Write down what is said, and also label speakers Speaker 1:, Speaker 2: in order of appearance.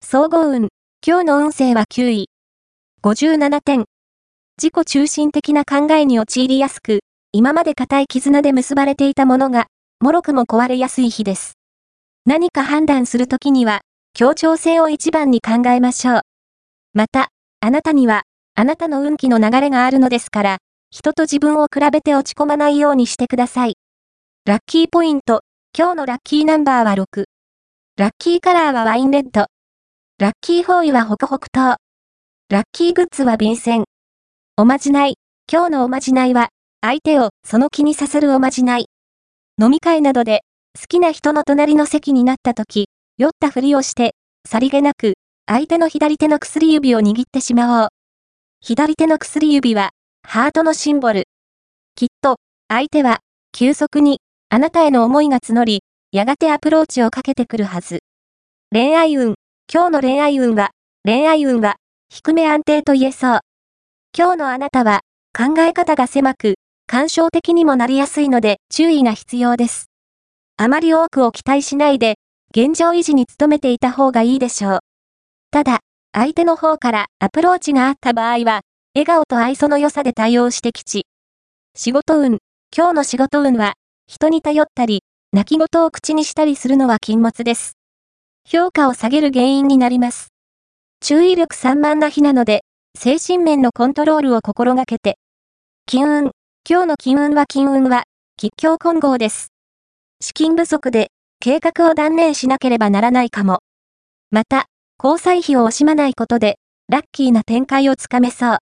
Speaker 1: 総合運。今日の運勢は9位。57点。自己中心的な考えに陥りやすく、今まで固い絆で結ばれていたものが、脆くも壊れやすい日です。何か判断するときには、協調性を一番に考えましょう。また、あなたには、あなたの運気の流れがあるのですから、人と自分を比べて落ち込まないようにしてください。ラッキーポイント。今日のラッキーナンバーは6。ラッキーカラーはワインレッド。ラッキーフォーイはホクホク糖。ラッキーグッズは便箋。おまじない。今日のおまじないは、相手をその気にさせるおまじない。飲み会などで、好きな人の隣の席になった時、酔ったふりをして、さりげなく、相手の左手の薬指を握ってしまおう。左手の薬指は、ハートのシンボル。きっと、相手は、急速に、あなたへの思いが募り、やがてアプローチをかけてくるはず。恋愛運。今日の恋愛運は、低め安定と言えそう。今日のあなたは、考え方が狭く、感傷的にもなりやすいので注意が必要です。あまり多くを期待しないで、現状維持に努めていた方がいいでしょう。ただ、相手の方からアプローチがあった場合は、笑顔と愛想の良さで対応して吉。仕事運。今日の仕事運は、人に頼ったり、泣き言を口にしたりするのは禁物です。評価を下げる原因になります。注意力散漫な日なので、精神面のコントロールを心がけて。金運。今日の金運は吉凶混合です。資金不足で、計画を断念しなければならないかも。また、交際費を惜しまないことで、ラッキーな展開をつかめそう。